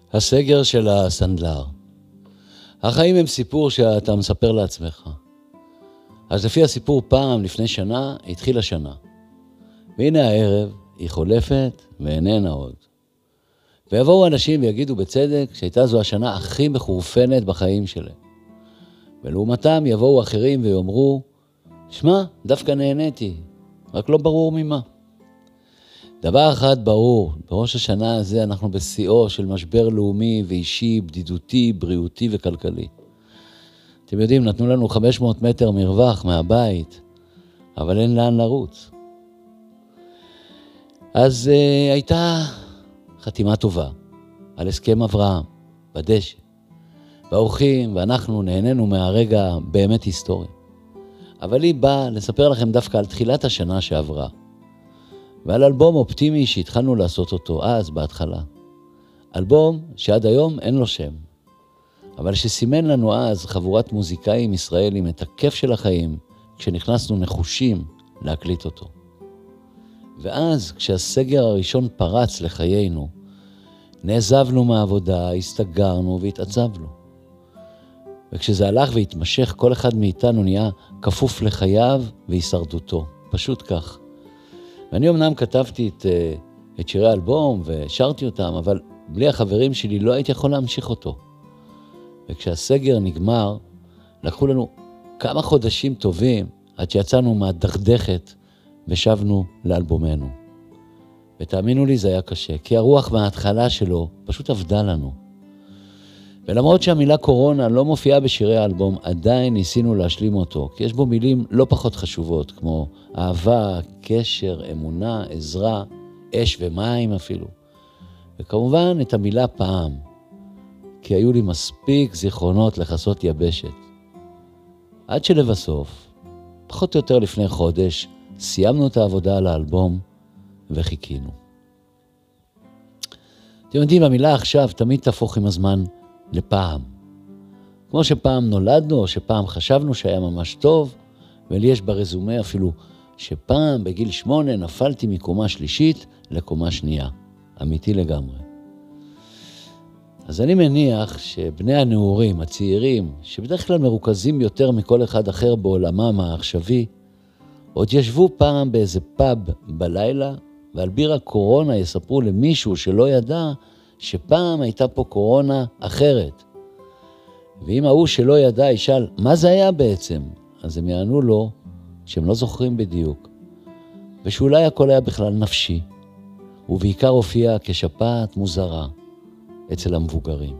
הסגר של הסנדלר. החיים הם סיפור שאתה מספר לעצמך. אז לפי הסיפור פעם לפני שנה, התחילה שנה. והנה הערב, היא חולפת ואיננה עוד. ויבואו אנשים ויגידו בצדק שהייתה זו השנה הכי מחורפנת בחיים שלהם. ולעומתם יבואו אחרים ויאמרו, שמע, דווקא נהניתי, רק לא ברור ממה. דבר אחד ברור, בראש השנה הזה אנחנו בשיאו של משבר לאומי ואישי, בדידותי, בריאותי וכלכלי. אתם יודעים, נתנו לנו 500 מטר מרווח מהבית, אבל אין לאן לרוץ. אז הייתה חתימה טובה על הסכם אברהם, בדשא. והאורחים ואנחנו נהנינו מהרגע באמת היסטורי. אבל היא באה לספר לכם דווקא על תחילת השנה שעברה. ועל אלבום אופטימי שהתחלנו לעשות אותו אז בהתחלה. אלבום שעד היום אין לו שם. אבל שסימן לנו אז חבורת מוזיקאים ישראלים את הכיף של החיים כשנכנסנו נחושים להקליט אותו. ואז כשהסגר הראשון פרץ לחיינו, נעזבנו מהעבודה, הסתגרנו והתעצבנו. וכשזה הלך והתמשך, כל אחד מאיתנו נהיה כפוף לחייו והישרדותו. פשוט כך. ואני אמנם כתבתי את שירי האלבום ושרתי אותם, אבל בלי החברים שלי לא הייתי יכול להמשיך אותו. וכשהסגר נגמר, לקחו לנו כמה חודשים טובים עד שיצאנו מהדכדכת ושבנו לאלבומנו. ותאמינו לי, זה היה קשה, כי הרוח מההתחלה שלו פשוט עבדה לנו. ולמרות שהמילה קורונה לא מופיעה בשירי האלבום, עדיין ניסינו להשלים אותו, כי יש בו מילים לא פחות חשובות, כמו אהבה, קשר, אמונה, עזרה, אש ומים אפילו. וכמובן את המילה פעם, כי היו לי מספיק זיכרונות לחסות יבשת. עד שלבסוף, פחות או יותר לפני חודש, סיימנו את העבודה על האלבום וחיכינו. אתם יודעים, המילה עכשיו תמיד תהפוך עם הזמן לפעם. כמו שפעם נולדנו או שפעם חשבנו שהיה ממש טוב, ולי יש ברזומה אפילו שפעם בגיל 8 נפלתי מקומה שלישית לקומה שנייה. אמיתי לגמרי. אז אני מניח שבני הנעורים, הצעירים, שבדרך כלל מרוכזים יותר מכל אחד אחר בעולמם העכשווי, עוד ישבו פעם באיזה פאב בלילה, ועל ביר הקורונה יספרו למישהו שלא ידע שפעם הייתה פה קורונה אחרת. ואם ההוא שלא ידע ישאל, מה זה היה בעצם? אז הם יענו לו שהם לא זוכרים בדיוק. ושאולי הכל היה בכלל נפשי, ובעיקר הופיע כשפעת מוזרה אצל המבוגרים.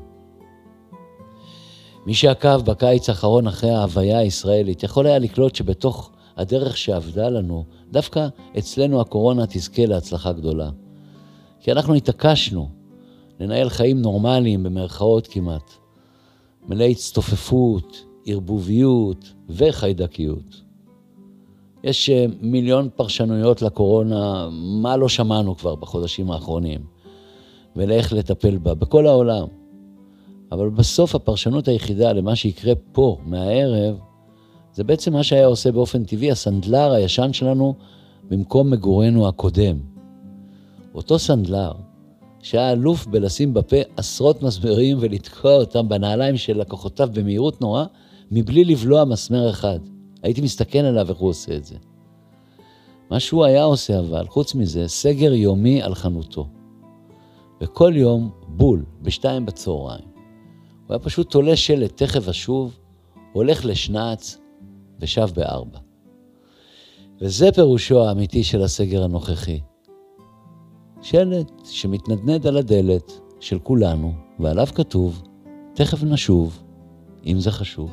מי שעקב בקיץ האחרון אחרי ההוויה הישראלית, יכול היה לקלוט שבתוך הדרך שעבדה לנו, דווקא אצלנו הקורונה תזכה להצלחה גדולה. כי אנחנו התעקשנו לנהל חיים נורמליים במרכאות כמעט. מלא הצטופפות, ערבוביות וחיידקיות. יש מיליון פרשנויות לקורונה, מה לא שמענו כבר בחודשים האחרונים, ולאיך לטפל בה בכל העולם. אבל בסוף הפרשנות היחידה למה שיקרה פה מהערב, זה בעצם מה שהיה עושה באופן טבעי הסנדלר הישן שלנו במקום מגורנו הקודם. אותו סנדלר שהיה אלוף בלשים בפה עשרות מסברים ולתקוע אותם בנעליים של לקוחותיו במהירות נורא, מבלי לבלוע מסמר אחד. הייתי מסתכל עליו איך הוא עושה את זה. מה שהוא היה עושה אבל, חוץ מזה, סגר יומי על חנותו. וכל יום בול, ב2 בצהריים. הוא היה פשוט תולה שלט, תכף אשוב, הולך לשנץ ושב ב4. וזה פירושו האמיתי של הסגר הנוכחי. שלט שמתנדנד על הדלת של כולנו, ועליו כתוב, תכף נשוב, אם זה חשוב.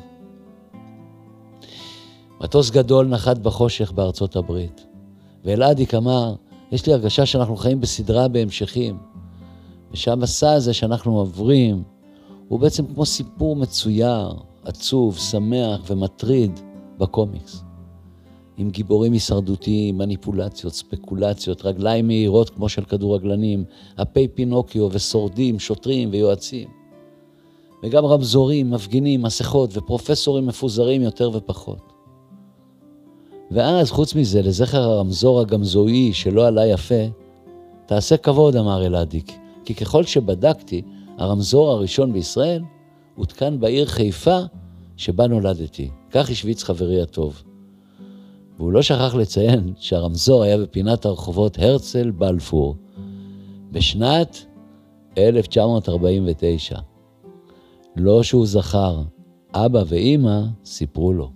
מטוס גדול נחת בחושך בארצות הברית, ואלעדיק אמר, יש לי הרגשה שאנחנו חיים בסדרה בהמשכים, ושהמסע הזה שאנחנו עוברים, הוא בעצם כמו סיפור מצויר, עצוב, שמח ומטריד בקומיקס. עם גיבורים הישרדותיים, מניפולציות, ספקולציות, רגליים מהירות כמו של כדורגלנים, הפי פינוקיו ושורדים, שוטרים ויועצים. וגם רמזורים, מפגינים, מסכות ופרופסורים מפוזרים יותר ופחות. ואז חוץ מזה, לזכר הרמזור הגמזואי שלא עלה יפה, תעשה כבוד, אמר אלעדיק, כי ככל שבדקתי, הרמזור הראשון בישראל הותקן בעיר חיפה שבה נולדתי. כך השוויץ חברי הטוב. והוא לא שכח לציין שהרמזור היה בפינת הרחובות הרצל בלפור בשנת 1949. לא שהוא זכר, אבא ואמא סיפרו לו.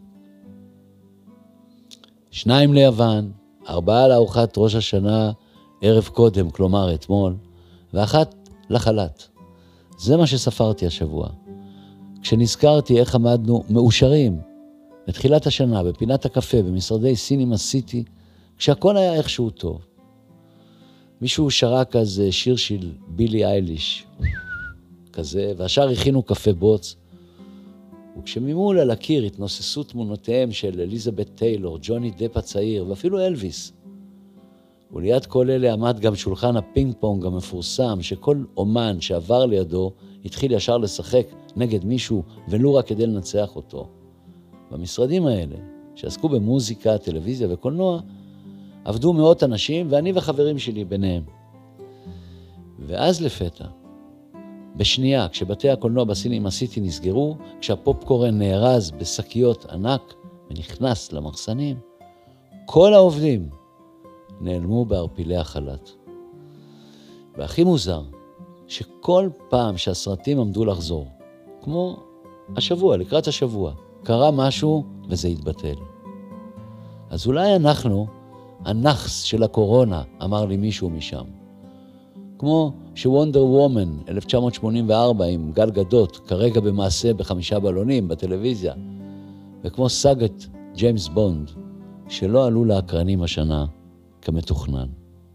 2 ליוון, 4 לארוחת ראש השנה ערב קודם, כלומר אתמול, ו1 לחל"ת. זה מה שספרתי השבוע. כשנזכרתי איך עמדנו מאושרים בתחילת השנה, בפינת הקפה, במשרדי סינימה סיטי, כשהכל היה איכשהו טוב. מישהו שרק אז שיר של בילי אייליש, כזה, והשאר הכינו קפה בוץ, וכשממול על הקיר התנוססו תמונותיהם של אליזבת טיילור, ג'וני דפ הצעיר, ואפילו אלוויס. וליד כל אלה עמד גם שולחן הפינג פונג המפורסם, שכל אומן שעבר לידו התחיל ישר לשחק נגד מישהו, ולו רק כדי לנצח אותו. במשרדים האלה, שעסקו במוזיקה, טלוויזיה וקולנוע, עבדו מאות אנשים, ואני וחברים שלי ביניהם. ואז לפתע, בשנייה, כשבתי הקולנוע בסינימה סיטי נסגרו, כשהפופקורן נארז בשקיות ענק ונכנס למחסנים, כל העובדים נעלמו בערפילי החל"ת. והכי מוזר, שכל פעם שהסרטים עמדו לחזור, כמו השבוע, לקראת השבוע, קרה משהו וזה התבטל. אז אולי אנחנו, הנחס של הקורונה, אמר לי מישהו משם. כמו שוונדר וומן, 1984, עם גל גדות, כרגע במעשה ב5 בלונים בטלוויזיה, וכמו סאגת ג'יימס בונד, שלא עלו לאקרנים השנה כמתוכנן.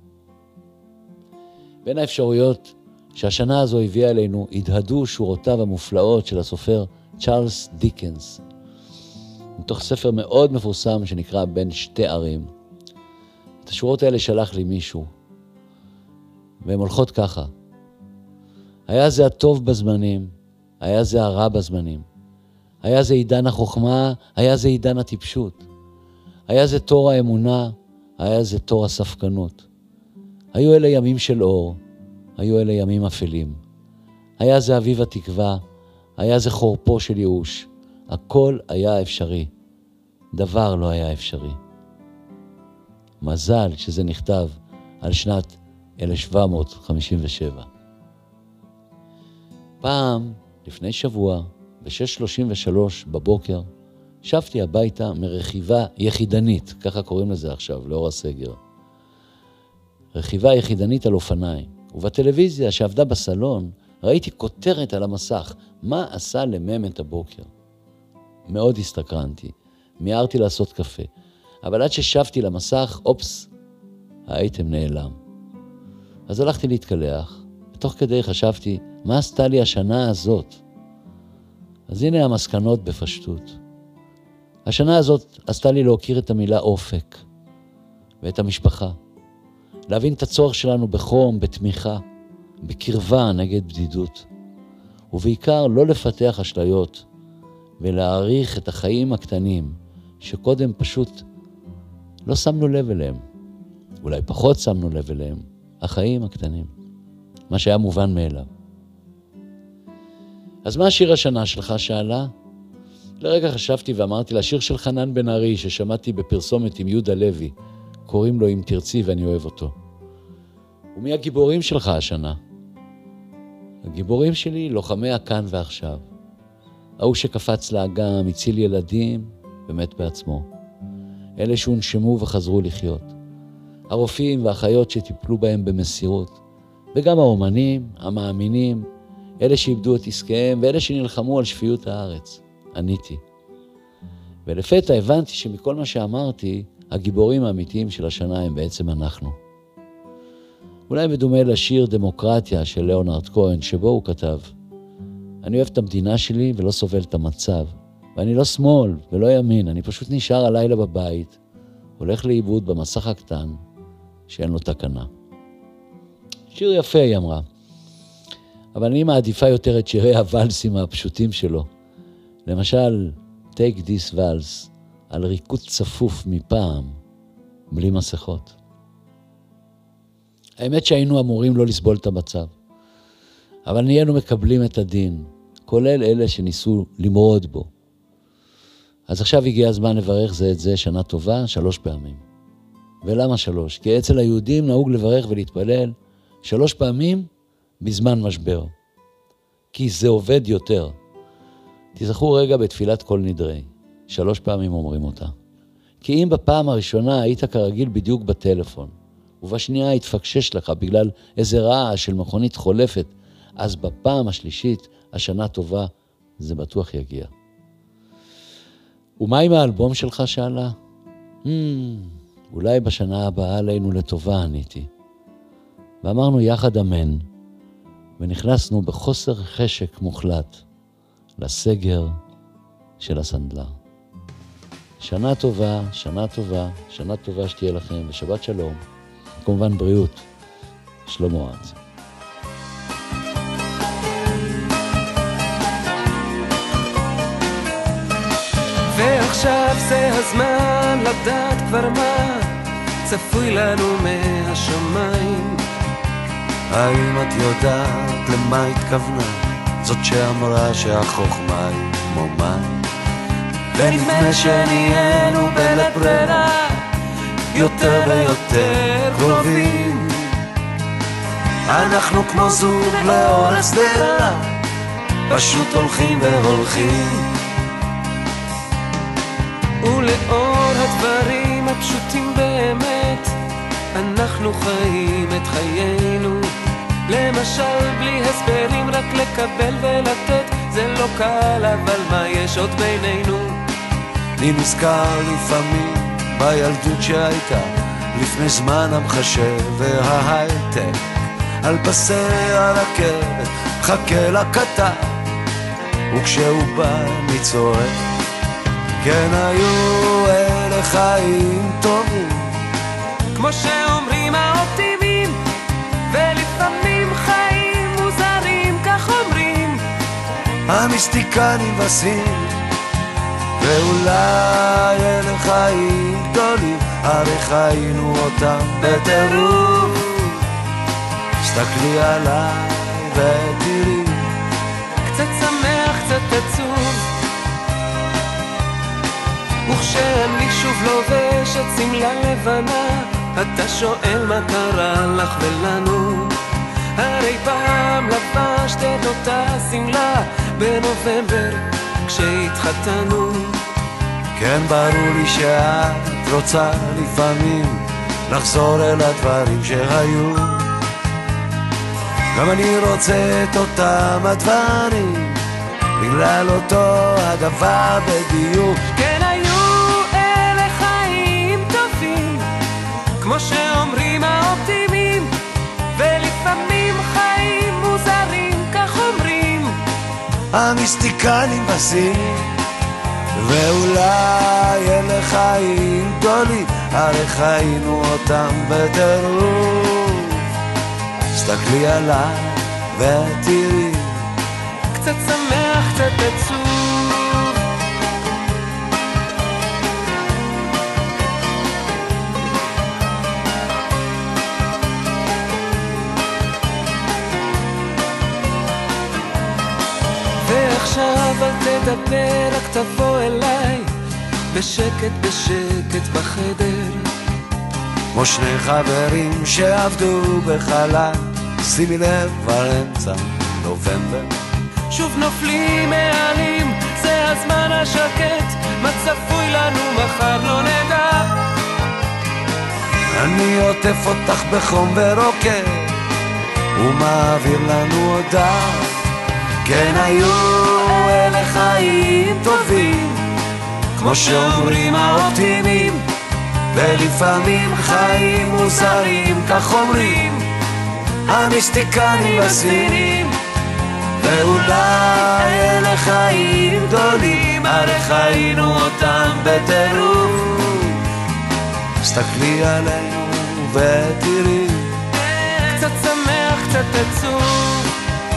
בין האפשרויות שהשנה הזו הביאה אלינו, הדהדו שורותיו המופלאות של הסופר צ'ארלס דיקנס, מתוך ספר מאוד מפורסם שנקרא בין שתי ערים. את השורות האלה שלח לי מישהו, והן הולכות ככה. היה זה הטוב בזמנים, היה זה הרע בזמנים. היה זה עידן החוכמה, היה זה עידן הטיפשות. היה זה תור האמונה, היה זה תור הספקנות. היו אלה ימים של אור, היו אלה ימים אפלים. היה זה אביב התקווה, היה זה חורפו של ייאוש. הכל היה אפשרי. דבר לא היה אפשרי. מזל שזה נכתב על שנת 1757. פעם, לפני שבוע, ב-6:33 בבוקר, שבתי הביתה מרכיבה יחידנית, ככה קוראים לזה עכשיו, לאור הסגר. רכיבה יחידנית על אופניים. ובטלוויזיה שעבדה בסלון, ראיתי כותרת על המסך, מה עשה למם את הבוקר. מאוד הסתקרנתי, מיהרתי לעשות קפה. אבל עד ששבתי למסך, אופס, האייטם נעלם. אז הלכתי להתקלח, ותוך כדי חשבתי, מה עשתה לי השנה הזאת? אז הנה המסקנות בפשטות. השנה הזאת עשתה לי להכיר את המילה אופק, ואת המשפחה. להבין את הצורך שלנו בחום, בתמיכה, בקרבה נגד בדידות. ובעיקר לא לפתח אשליות, ולהעריך את החיים הקטנים, שקודם פשוט לא שמנו לב אליהם. אולי פחות שמנו לב אליהם, החיים הקטנים. מה שהיה מובן מאליו. אז מה השיר השנה שלך שאלה? לרגע חשבתי ואמרתי לשיר של חנן בן ארי, ששמעתי בפרסומת עם יהודה לוי, קוראים לו אם תרצי ואני אוהב אותו. ומי הגיבורים שלך השנה? הגיבורים שלי לוחמי הכאן ועכשיו. ההוא שקפץ לאגם, הציל ילדים ומת בעצמו. אלה שהונשמו וחזרו לחיות. הרופאים והאחיות שטיפלו בהם במסירות. וגם האומנים, המאמינים, אלה שאיבדו את עסקיהם ואלה שנלחמו על שפיות הארץ. עניתי. ולפתע הבנתי שמכל מה שאמרתי, הגיבורים האמיתיים של השנה הם בעצם אנחנו. אולי בדומה לשיר דמוקרטיה של ליאונרד כהן, שבו הוא כתב, אני אוהב את המדינה שלי ולא סובל את המצב, ואני לא שמאל ולא ימין, אני פשוט נשאר הלילה בבית, הולך לאיבוד במסך הקטן, שאין לו תקנה. שיר יפה, היא אמרה, אבל אני מעדיפה יותר את שירי הוואלסים הפשוטים שלו. למשל, Take This Vals, על ריקוד צפוף מפעם, בלי מסכות. האמת שהיינו אמורים לא לסבול את המצב. אבל נהיינו מקבלים את הדין, כולל אלה שניסו למרוד בו. אז עכשיו הגיע הזמן לברך זה את זה שנה טובה 3 פעמים. ולמה 3? כי אצל היהודים נהוג לברך ולהתפלל 3 פעמים בזמן משבר. כי זה עובד יותר. תזכרו רגע בתפילת כל נדרי. 3 פעמים אומרים אותה. כי אם בפעם הראשונה היית כרגיל בדיוק בטלפון, ובשנייה התפקשש לך בגלל איזה רעש של מכונית חולפת, אז בפעם השלישית, השנה טובה, זה בטוח יגיע. ומה עם האלבום שלך שאלה? אולי בשנה הבאה עלינו לטובה, עניתי. ואמרנו יחד אמן, ונכנסנו בחוסר חשק מוחלט לסגר של הסנדלר. שנה טובה, שנה טובה, שנה טובה שתהיה לכם, ושבת שלום, וכמובן בריאות, שלמה ארצי. ועכשיו זה הזמן לדעת כבר מה צפוי לנו מהשמיים. האם את יודעת למה התכוונה זאת שאמרה שהחוכמה היא כמו מים? ונדמה שנהיינו בלית ברירה יותר ויותר קרובים. אנחנו כמו זוג לאורך שדרה פשוט הולכים והולכים. ולאור הדברים הפשוטים באמת אנחנו חיים את חיינו. למשל בלי הסברים, רק לקבל ולתת, זה לא קל, אבל מה יש עוד בינינו? אני נזכר לפעמים בילדות שהייתה לפני זמן המחשב וההייטק, על פסי הרכבת מחכה לקטר, וכשהוא בא אני צועק, כן היו אלה חיים טובים, כמו שאומרים האופטימיים, ולפעמים חיים מוזרים, כך אומרים המיסטיקנים בסין. ואולי אלה חיים גדולים, הרי חיינו אותם בטירוף. סתכלי עליי ותראי, קצת שמח, קצת עצוב. וכשאני שוב לובש את סמלה לבנה, אתה שואל מה קרה לך ולנו. הרי פעם לבשת את אותה סמלה בנובמבר כשהתחתנו. כן ברור לי שאת רוצה לפעמים לחזור אל הדברים שהיו, גם אני רוצה את אותם הדברים בגלל אותו הדבר בדיוק. כן היו אלה חיים טובים, כמו שאומרים האופטימיים, ולפעמים חיים מוזרים, כך אומרים המיסטיקנים בסין. ואולי אלה חיים גדולים, הרי חיינו אותם בטירוף. סתכלי עליי ותראי, קצת שמח, קצת עצוב. ועכשיו אל תדבר, רק תבוא אליי בשקט בשקט בחדר, כמו שני חברים שעבדו בחלל. שימי לב, כבר אמצע נובמבר, שוב נופלים מעלים, זה הזמן השקט, מה צפוי לנו מחר לא נדע. אני עוטף אותך בחום ורוקד ומעביר לנו הודעה, כן היו אלה חיים טובים, כמו שאומרים האופטימיים, ולפעמים חיים מוזרים, כך אומרים המיסטיקנים בסין. ואולי אלה חיים גדולים, הרי חיינו אותם בטירוף. סתכלי עלינו ותראי, קצת שמח, קצת עצוב.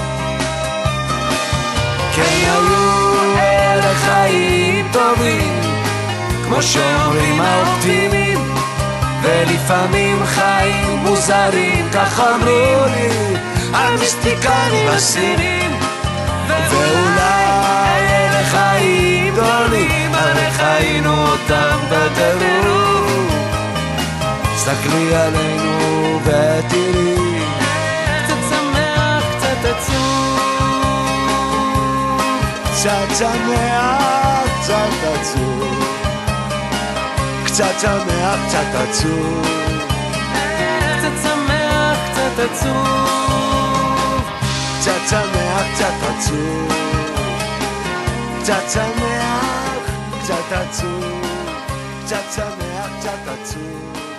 כן היו אלה חיים טובים, כמו שאומרים האופטימיים, ולפעמים חיים מוזרים, כך אמרו לי מיסטיקנים אסירים, ואולי אלה חיים גדולים, הרי חיינו אותם בטירוף. סתכלי עלינו ותראי, קצת שמח, קצת עצוב, קצת שמח, קצת עצוב, קצת שמח, קצת עצוב, קצת שמח, קצת עצוב, קצת שמח, קצת עצוב, קצת שמח, קצת עצוב, קצת שמח, קצת עצוב.